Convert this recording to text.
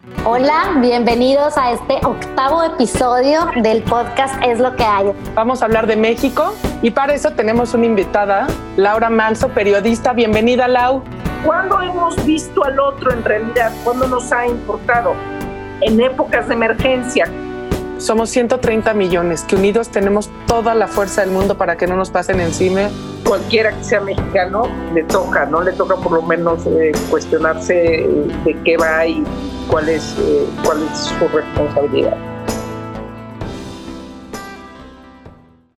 Hola, bienvenidos a este 8º episodio del podcast Es lo que hay. Vamos a hablar de México y para eso tenemos una invitada, Laura Manso, periodista. Bienvenida, Lau. ¿Cuándo hemos visto al otro en realidad? ¿Cuándo nos ha importado? En épocas de emergencia. Somos 130 millones, que unidos tenemos toda la fuerza del mundo para que no nos pasen encima. Cualquiera que sea mexicano le toca, ¿no? Le toca por lo menos cuestionarse de qué va y cuál es su responsabilidad.